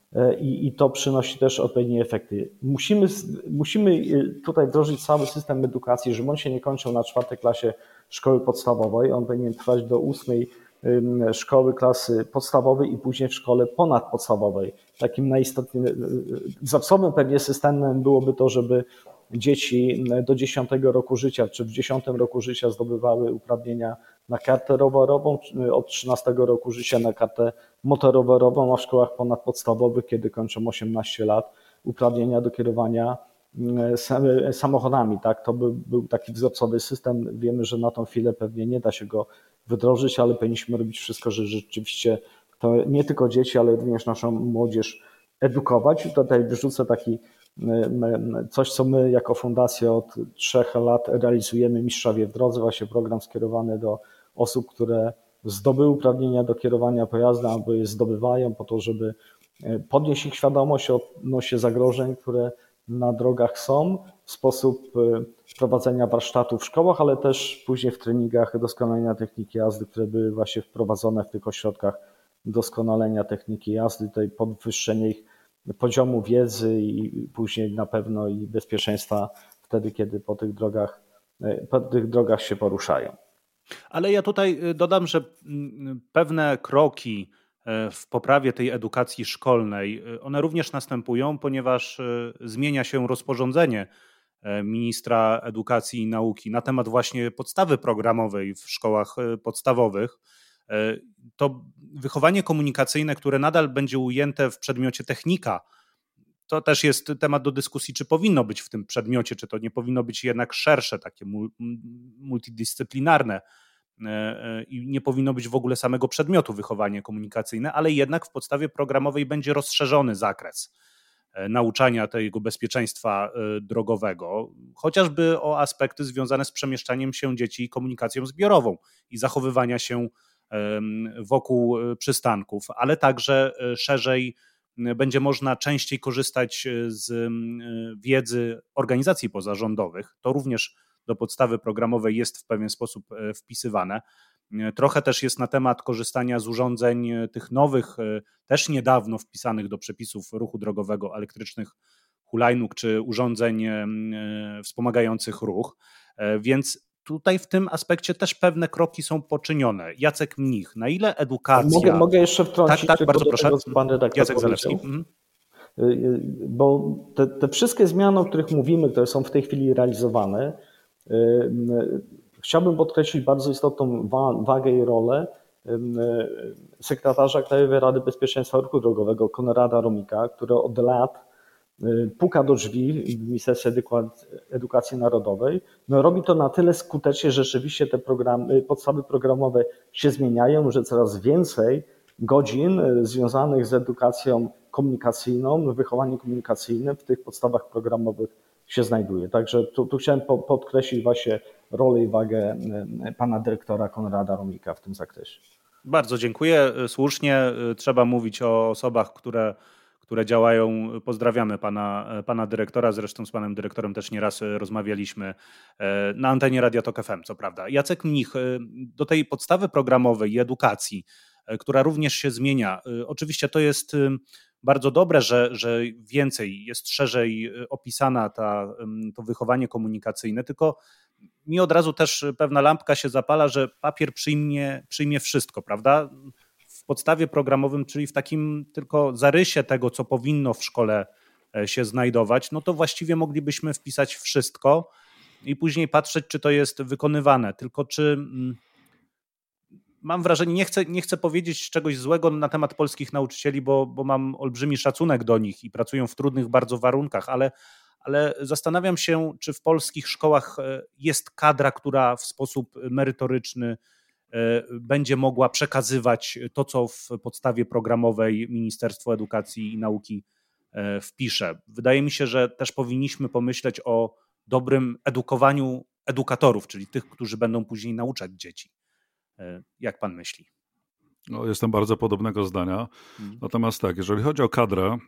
i to przynosi też odpowiednie efekty. Musimy tutaj wdrożyć cały system edukacji, żeby on się nie kończył na 4. klasie szkoły podstawowej, on powinien trwać do 8. szkoły klasy podstawowej i później w szkole ponadpodstawowej. Takim wzorcowym pewnie systemem byłoby to, żeby dzieci do 10 roku życia czy w 10 roku życia zdobywały uprawnienia na kartę rowerową, od 13 roku życia na kartę motorowerową, a w szkołach ponadpodstawowych, kiedy kończą 18 lat, uprawnienia do kierowania samochodami. Tak? To by był taki wzorcowy system. Wiemy, że na tą chwilę pewnie nie da się go wdrożyć, ale powinniśmy robić wszystko, żeby rzeczywiście to nie tylko dzieci, ale również naszą młodzież edukować. I tutaj wyrzucę taki coś, co my jako fundacja od 3 lat realizujemy, Mistrzowie w Drodze, właśnie program skierowany do osób, które zdobyły uprawnienia do kierowania pojazdem albo je zdobywają po to, żeby podnieść ich świadomość odnośnie zagrożeń, które na drogach są, w sposób prowadzenia warsztatów w szkołach, ale też później w treningach doskonalenia techniki jazdy, które były właśnie wprowadzone w tych ośrodkach doskonalenia techniki jazdy, tutaj podwyższenie ich poziomu wiedzy i później na pewno i bezpieczeństwa wtedy, kiedy po tych drogach się poruszają. Ale ja tutaj dodam, że pewne kroki w poprawie tej edukacji szkolnej, one również następują, ponieważ zmienia się rozporządzenie ministra edukacji i nauki na temat właśnie podstawy programowej w szkołach podstawowych. To wychowanie komunikacyjne, które nadal będzie ujęte w przedmiocie technika, to też jest temat do dyskusji, czy powinno być w tym przedmiocie, czy to nie powinno być jednak szersze, takie multidyscyplinarne i nie powinno być w ogóle samego przedmiotu wychowanie komunikacyjne, ale jednak w podstawie programowej będzie rozszerzony zakres nauczania tego bezpieczeństwa drogowego, chociażby o aspekty związane z przemieszczaniem się dzieci i komunikacją zbiorową i zachowywania się wokół przystanków, ale także szerzej będzie można częściej korzystać z wiedzy organizacji pozarządowych. To również do podstawy programowej jest w pewien sposób wpisywane. Trochę też jest na temat korzystania z urządzeń tych nowych, też niedawno wpisanych do przepisów ruchu drogowego, elektrycznych hulajnóg czy urządzeń wspomagających ruch, więc tutaj w tym aspekcie też pewne kroki są poczynione. Jacek Mnich, na ile edukacja... Mogę jeszcze wtrącić? Tak, bardzo proszę. Tego, co pan redaktor Jacek Zalewski. Bo te wszystkie zmiany, o których mówimy, które są w tej chwili realizowane, chciałbym podkreślić bardzo istotną wagę i rolę sekretarza Krajowej Rady Bezpieczeństwa Ruchu Drogowego Konrada Romika, który od lat puka do drzwi w Ministerstwie Edukacji Narodowej. No, robi to na tyle skutecznie, że rzeczywiście te podstawy programowe się zmieniają, że coraz więcej godzin związanych z edukacją komunikacyjną, wychowaniem komunikacyjnym w tych podstawach programowych się znajduje. Także tu chciałem podkreślić właśnie rolę i wagę pana dyrektora Konrada Romika w tym zakresie. Bardzo dziękuję. Słusznie trzeba mówić o osobach, które działają. Pozdrawiamy pana dyrektora, zresztą z panem dyrektorem też nieraz rozmawialiśmy na antenie Radia Tok FM, co prawda. Jacek Mnich, do tej podstawy programowej i edukacji, która również się zmienia. Oczywiście to jest bardzo dobre, że więcej jest szerzej opisana to wychowanie komunikacyjne, tylko mi od razu też pewna lampka się zapala, że papier przyjmie wszystko, prawda? W podstawie programowym, czyli w takim tylko zarysie tego, co powinno w szkole się znajdować, no to właściwie moglibyśmy wpisać wszystko i później patrzeć, czy to jest wykonywane. Tylko czy mam wrażenie, nie chcę powiedzieć czegoś złego na temat polskich nauczycieli, bo mam olbrzymi szacunek do nich i pracują w trudnych bardzo warunkach, ale zastanawiam się, czy w polskich szkołach jest kadra, która w sposób merytoryczny będzie mogła przekazywać to, co w podstawie programowej Ministerstwo Edukacji i Nauki wpisze. Wydaje mi się, że też powinniśmy pomyśleć o dobrym edukowaniu edukatorów, czyli tych, którzy będą później nauczać dzieci. Jak pan myśli? No, jestem bardzo podobnego zdania. Natomiast tak, jeżeli chodzi o kadrę,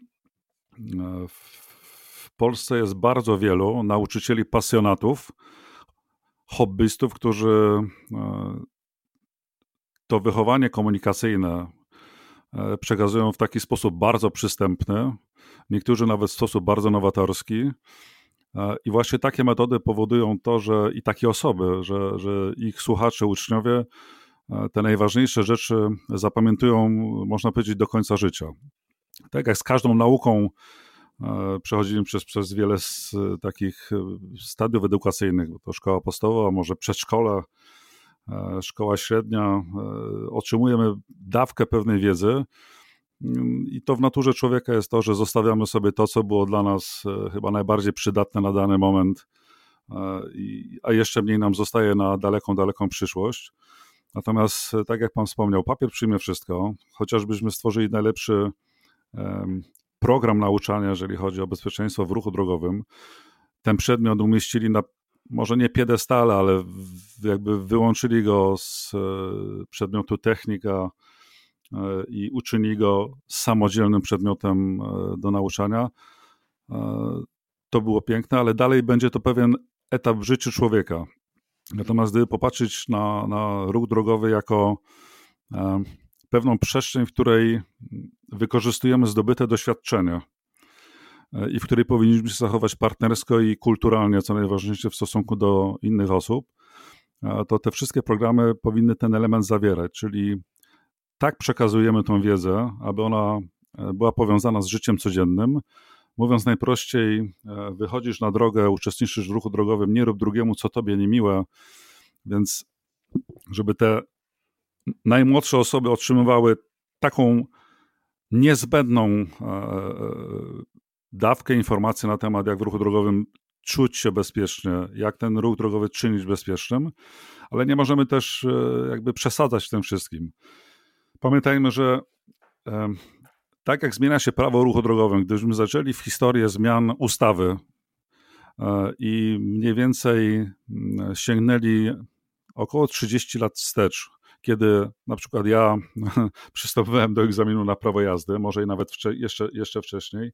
w Polsce jest bardzo wielu nauczycieli pasjonatów, hobbystów, którzy to wychowanie komunikacyjne przekazują w taki sposób bardzo przystępny, niektórzy nawet w sposób bardzo nowatorski. I właśnie takie metody powodują to, że i takie osoby, że ich słuchacze, uczniowie te najważniejsze rzeczy zapamiętują, można powiedzieć, do końca życia. Tak jak z każdą nauką, przechodzimy przez wiele z takich stadiów edukacyjnych, to szkoła podstawowa, może przedszkole, szkoła średnia, otrzymujemy dawkę pewnej wiedzy i to w naturze człowieka jest to, że zostawiamy sobie to, co było dla nas chyba najbardziej przydatne na dany moment, a jeszcze mniej nam zostaje na daleką przyszłość. Natomiast, tak jak pan wspomniał, papier przyjmie wszystko, chociażbyśmy stworzyli najlepszy program nauczania, jeżeli chodzi o bezpieczeństwo w ruchu drogowym. Ten przedmiot umieścili na, może nie piedestale, ale jakby wyłączyli go z przedmiotu technika i uczynili go samodzielnym przedmiotem do nauczania. To było piękne, ale dalej będzie to pewien etap w życiu człowieka. Natomiast gdyby popatrzeć na ruch drogowy jako pewną przestrzeń, w której wykorzystujemy zdobyte doświadczenia i w której powinniśmy się zachować partnersko i kulturalnie, co najważniejsze w stosunku do innych osób, to te wszystkie programy powinny ten element zawierać, czyli tak przekazujemy tą wiedzę, aby ona była powiązana z życiem codziennym. Mówiąc najprościej, wychodzisz na drogę, uczestniczysz w ruchu drogowym, nie rób drugiemu, co tobie niemiłe, więc żeby te najmłodsze osoby otrzymywały taką niezbędną dawkę informacji na temat, jak w ruchu drogowym czuć się bezpiecznie, jak ten ruch drogowy czynić bezpiecznym, ale nie możemy też jakby przesadzać w tym wszystkim. Pamiętajmy, że tak jak zmienia się prawo o ruchu drogowym, gdybyśmy zaczęli w historię zmian ustawy i mniej więcej sięgnęli około 30 lat wstecz, kiedy na przykład ja przystępowałem do egzaminu na prawo jazdy, może i nawet jeszcze wcześniej,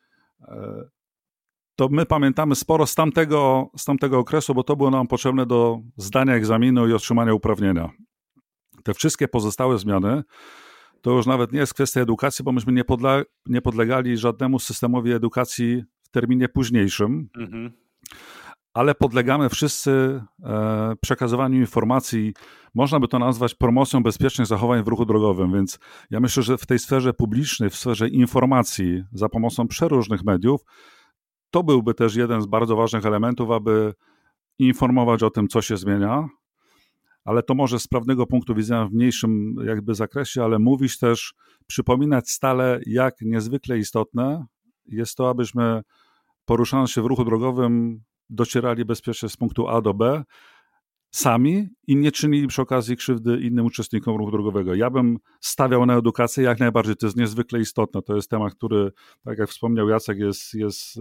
to my pamiętamy sporo z tamtego okresu, bo to było nam potrzebne do zdania egzaminu i otrzymania uprawnienia. Te wszystkie pozostałe zmiany to już nawet nie jest kwestia edukacji, bo myśmy nie podlegali żadnemu systemowi edukacji w terminie późniejszym, ale podlegamy wszyscy przekazywaniu informacji. Można by to nazwać promocją bezpiecznych zachowań w ruchu drogowym, więc ja myślę, że w tej sferze publicznej, w sferze informacji za pomocą przeróżnych mediów, to byłby też jeden z bardzo ważnych elementów, aby informować o tym, co się zmienia, ale to może z prawnego punktu widzenia w mniejszym jakby zakresie, ale mówić też, przypominać stale, jak niezwykle istotne jest to, abyśmy poruszając się w ruchu drogowym docierali bezpiecznie z punktu A do B sami i nie czynili przy okazji krzywdy innym uczestnikom ruchu drogowego. Ja bym stawiał na edukację jak najbardziej, to jest niezwykle istotne. To jest temat, który, tak jak wspomniał Jacek, jest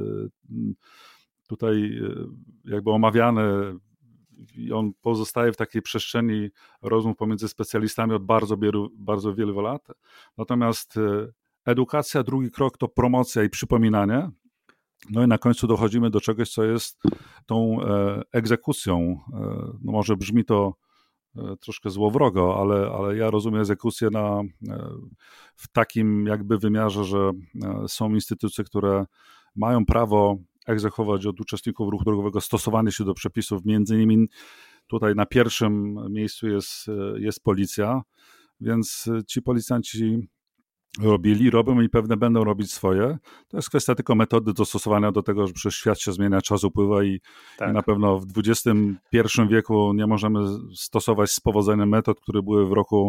tutaj jakby omawiany i on pozostaje w takiej przestrzeni rozmów pomiędzy specjalistami od bardzo wielu lat. Natomiast edukacja, drugi krok to promocja i przypominanie. No i na końcu dochodzimy do czegoś, co jest tą egzekucją. No może brzmi to troszkę złowrogo, ale ja rozumiem egzekucję w takim jakby wymiarze, że są instytucje, które mają prawo egzekwować od uczestników ruchu drogowego stosowanie się do przepisów. Między innymi tutaj na pierwszym miejscu jest policja, więc ci policjanci robią i pewnie będą robić swoje. To jest kwestia tylko metody dostosowania do tego, że przecież świat się zmienia, czas upływa i na pewno w XXI wieku nie możemy stosować z powodzeniem metod, które były w roku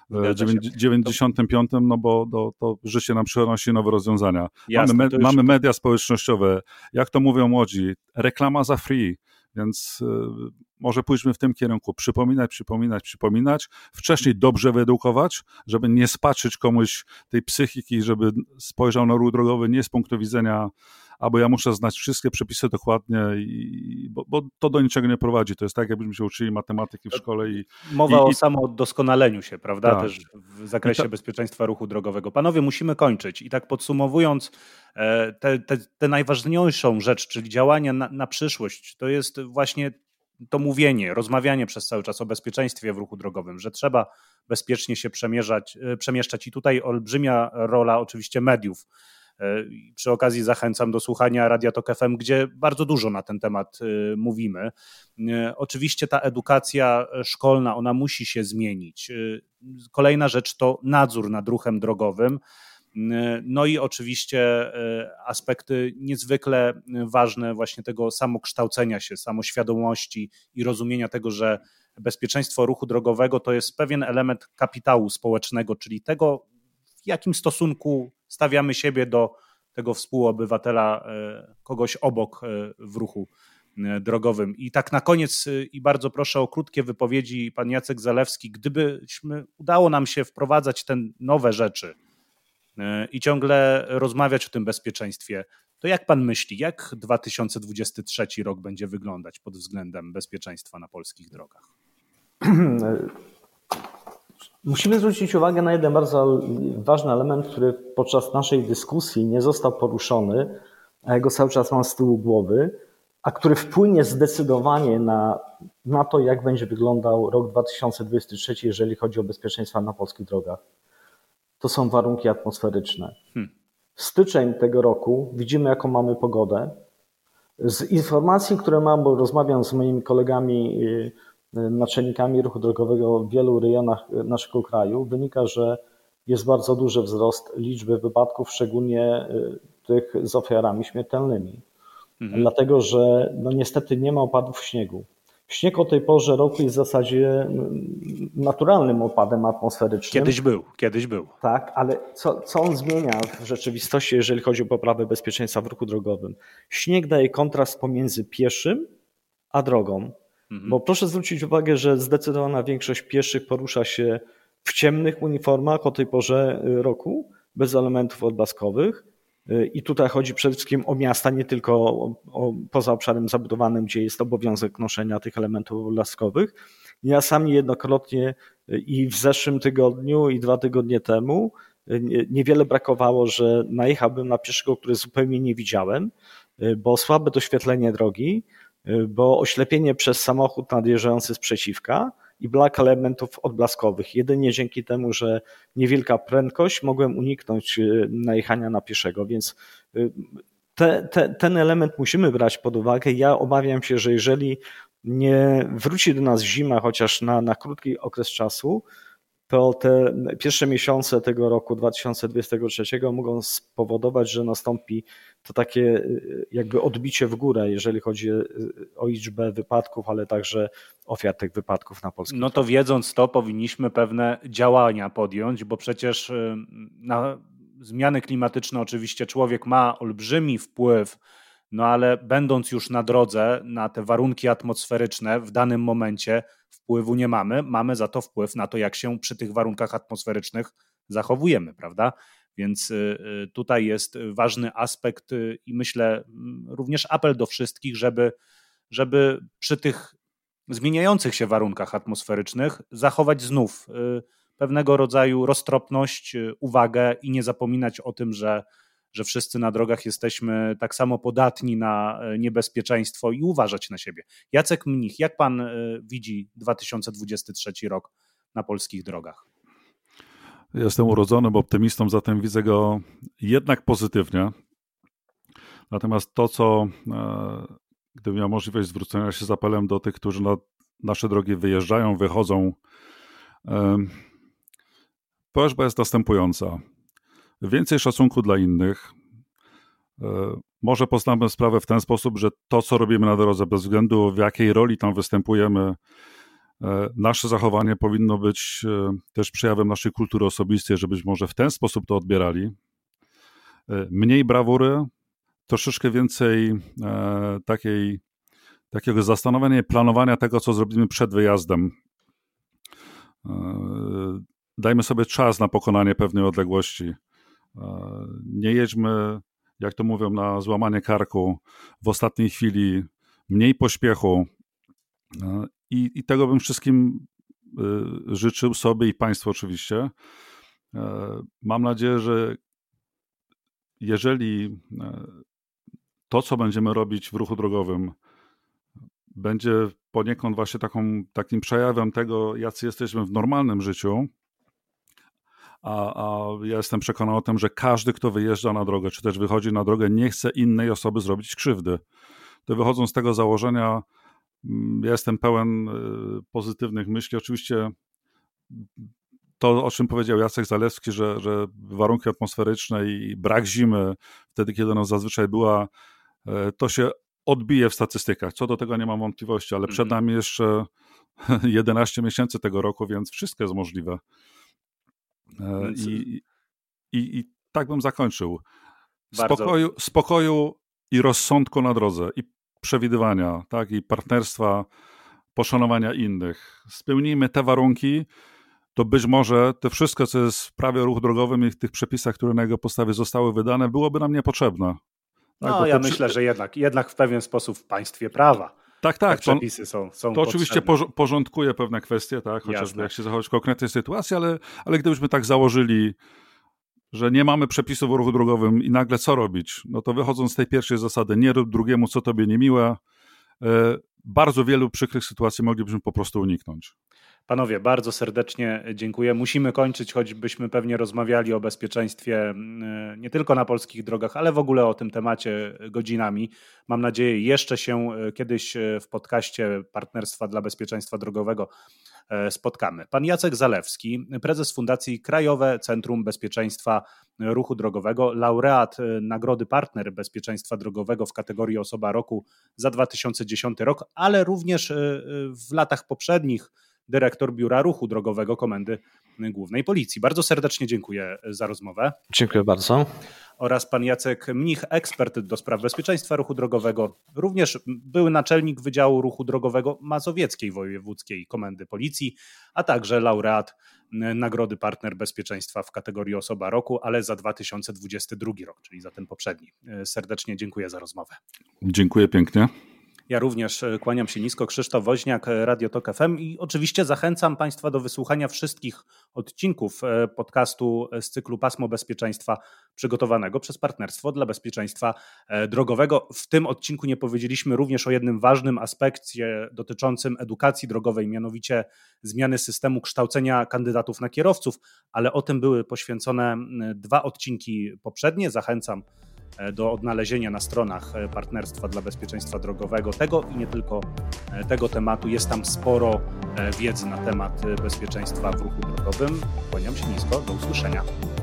95, no bo to życie nam przynosi nowe rozwiązania. Jasne, mamy media społecznościowe, jak to mówią młodzi, reklama za free, więc może pójdźmy w tym kierunku, przypominać, wcześniej dobrze wyedukować, żeby nie spaczyć komuś tej psychiki, żeby spojrzał na ruch drogowy nie z punktu widzenia, albo ja muszę znać wszystkie przepisy dokładnie, bo to do niczego nie prowadzi. To jest tak, jakbyśmy się uczyli matematyki w szkole. Mowa o samodoskonaleniu się, prawda? Tak. Też w zakresie bezpieczeństwa ruchu drogowego. Panowie, musimy kończyć. I tak podsumowując tę najważniejszą rzecz, czyli działania na przyszłość, to jest właśnie to mówienie, rozmawianie przez cały czas o bezpieczeństwie w ruchu drogowym, że trzeba bezpiecznie się przemieszczać i tutaj olbrzymia rola oczywiście mediów. Przy okazji zachęcam do słuchania Radia Tok FM, gdzie bardzo dużo na ten temat mówimy. Oczywiście ta edukacja szkolna, ona musi się zmienić. Kolejna rzecz to nadzór nad ruchem drogowym. No i oczywiście aspekty niezwykle ważne właśnie tego samokształcenia się, samoświadomości i rozumienia tego, że bezpieczeństwo ruchu drogowego to jest pewien element kapitału społecznego, czyli tego, w jakim stosunku stawiamy siebie do tego współobywatela, kogoś obok w ruchu drogowym. I tak na koniec, i bardzo proszę o krótkie wypowiedzi, pan Jacek Zalewski, gdybyśmy udało nam się wprowadzać te nowe rzeczy i ciągle rozmawiać o tym bezpieczeństwie, to jak pan myśli, jak 2023 rok będzie wyglądać pod względem bezpieczeństwa na polskich drogach? Musimy zwrócić uwagę na jeden bardzo ważny element, który podczas naszej dyskusji nie został poruszony, a ja go cały czas mam z tyłu głowy, a który wpłynie zdecydowanie na to, jak będzie wyglądał rok 2023, jeżeli chodzi o bezpieczeństwo na polskich drogach. To są warunki atmosferyczne. Styczeń tego roku widzimy, jaką mamy pogodę. Z informacji, które mam, bo rozmawiam z moimi kolegami, naczelnikami ruchu drogowego w wielu rejonach naszego kraju, wynika, że jest bardzo duży wzrost liczby wypadków, szczególnie tych z ofiarami śmiertelnymi. Dlatego, że niestety nie ma opadów śniegu. Śnieg o tej porze roku jest w zasadzie naturalnym opadem atmosferycznym. Kiedyś był. Tak, ale co on zmienia w rzeczywistości, jeżeli chodzi o poprawę bezpieczeństwa w ruchu drogowym? Śnieg daje kontrast pomiędzy pieszym a drogą. Bo proszę zwrócić uwagę, że zdecydowana większość pieszych porusza się w ciemnych uniformach o tej porze roku, bez elementów odblaskowych. I tutaj chodzi przede wszystkim o miasta, nie tylko poza obszarem zabudowanym, gdzie jest obowiązek noszenia tych elementów odblaskowych. Ja sam niejednokrotnie i w zeszłym tygodniu, i 2 tygodnie temu niewiele brakowało, że najechałbym na pieszego, który zupełnie nie widziałem, bo słabe doświetlenie drogi, bo oślepienie przez samochód nadjeżdżający z przeciwka i brak elementów odblaskowych. Jedynie dzięki temu, że niewielka prędkość, mogłem uniknąć najechania na pieszego, więc ten element musimy brać pod uwagę. Ja obawiam się, że jeżeli nie wróci do nas zima, chociaż na krótki okres czasu, to te pierwsze miesiące tego roku 2023 mogą spowodować, że nastąpi to takie jakby odbicie w górę, jeżeli chodzi o liczbę wypadków, ale także ofiar tych wypadków na polskich drogach. No to wiedząc to, powinniśmy pewne działania podjąć, bo przecież na zmiany klimatyczne oczywiście człowiek ma olbrzymi wpływ, no ale będąc już na drodze, na te warunki atmosferyczne w danym momencie wpływu nie mamy. Mamy za to wpływ na to, jak się przy tych warunkach atmosferycznych zachowujemy, prawda? Więc tutaj jest ważny aspekt i myślę również apel do wszystkich, żeby przy tych zmieniających się warunkach atmosferycznych zachować znów pewnego rodzaju roztropność, uwagę i nie zapominać o tym, że wszyscy na drogach jesteśmy tak samo podatni na niebezpieczeństwo i uważać na siebie. Jacek Mnich, jak pan widzi 2023 rok na polskich drogach? Jestem urodzonym optymistą, zatem widzę go jednak pozytywnie. Natomiast to, co gdybym miał możliwość zwrócenia się z apelem do tych, którzy na nasze drogi wyjeżdżają, wychodzą, prośba jest następująca. Więcej szacunku dla innych. Może poznamy sprawę w ten sposób, że to, co robimy na drodze, bez względu w jakiej roli tam występujemy, nasze zachowanie powinno być też przejawem naszej kultury osobistej, żebyśmy może w ten sposób to odbierali. Mniej brawury, troszeczkę więcej takiego zastanowienia i planowania tego, co zrobimy przed wyjazdem. Dajmy sobie czas na pokonanie pewnej odległości. Nie jedźmy, jak to mówią, na złamanie karku w ostatniej chwili, mniej pośpiechu i tego bym wszystkim życzył sobie i państwu oczywiście. Mam nadzieję, że jeżeli to, co będziemy robić w ruchu drogowym, będzie poniekąd właśnie takim przejawem tego, jacy jesteśmy w normalnym życiu, a ja jestem przekonany o tym, że każdy, kto wyjeżdża na drogę, czy też wychodzi na drogę, nie chce innej osoby zrobić krzywdy. To wychodząc z tego założenia, ja jestem pełen pozytywnych myśli. Oczywiście to, o czym powiedział Jacek Zalewski, że warunki atmosferyczne i brak zimy, wtedy kiedy ona zazwyczaj była, to się odbije w statystykach. Co do tego nie mam wątpliwości, ale przed nami jeszcze 11 miesięcy tego roku, więc wszystko jest możliwe. I tak bym zakończył. Spokoju i rozsądku na drodze i przewidywania, tak, i partnerstwa, poszanowania innych. Spełnijmy te warunki, to być może to wszystko, co jest w prawie o ruchu drogowym i w tych przepisach, które na jego podstawie zostały wydane, byłoby nam niepotrzebne. Tak, no ja myślę, że jednak w pewien sposób w państwie prawa. Tak. Te przepisy są to oczywiście porządkuje pewne kwestie, tak, chociażby jak się zachować w konkretnej sytuacji, ale gdybyśmy tak założyli, że nie mamy przepisów o ruchu drogowym i nagle co robić, no to wychodząc z tej pierwszej zasady, nie rób drugiemu, co tobie niemiłe, bardzo wielu przykrych sytuacji moglibyśmy po prostu uniknąć. Panowie, bardzo serdecznie dziękuję. Musimy kończyć, choćbyśmy pewnie rozmawiali o bezpieczeństwie nie tylko na polskich drogach, ale w ogóle o tym temacie godzinami. Mam nadzieję, jeszcze się kiedyś w podcaście Partnerstwa dla Bezpieczeństwa Drogowego spotkamy. Pan Jacek Zalewski, prezes Fundacji Krajowe Centrum Bezpieczeństwa Ruchu Drogowego, laureat Nagrody Partner Bezpieczeństwa Drogowego w kategorii Osoba Roku za 2010 rok, ale również w latach poprzednich dyrektor Biura Ruchu Drogowego Komendy Głównej Policji. Bardzo serdecznie dziękuję za rozmowę. Dziękuję bardzo. Oraz pan Jacek Mnich, ekspert do spraw bezpieczeństwa ruchu drogowego, również były naczelnik Wydziału Ruchu Drogowego Mazowieckiej Wojewódzkiej Komendy Policji, a także laureat Nagrody Partner Bezpieczeństwa w kategorii Osoba Roku, ale za 2022 rok, czyli za ten poprzedni. Serdecznie dziękuję za rozmowę. Dziękuję pięknie. Ja również kłaniam się nisko. Krzysztof Woźniak, Radio Tok FM i oczywiście zachęcam Państwa do wysłuchania wszystkich odcinków podcastu z cyklu Pasmo Bezpieczeństwa przygotowanego przez Partnerstwo dla Bezpieczeństwa Drogowego. W tym odcinku nie powiedzieliśmy również o jednym ważnym aspekcie dotyczącym edukacji drogowej, mianowicie zmiany systemu kształcenia kandydatów na kierowców, ale o tym były poświęcone 2 odcinki poprzednie. Zachęcam do odnalezienia na stronach Partnerstwa dla Bezpieczeństwa Drogowego tego i nie tylko tego tematu. Jest tam sporo wiedzy na temat bezpieczeństwa w ruchu drogowym. Kłaniam się nisko, do usłyszenia.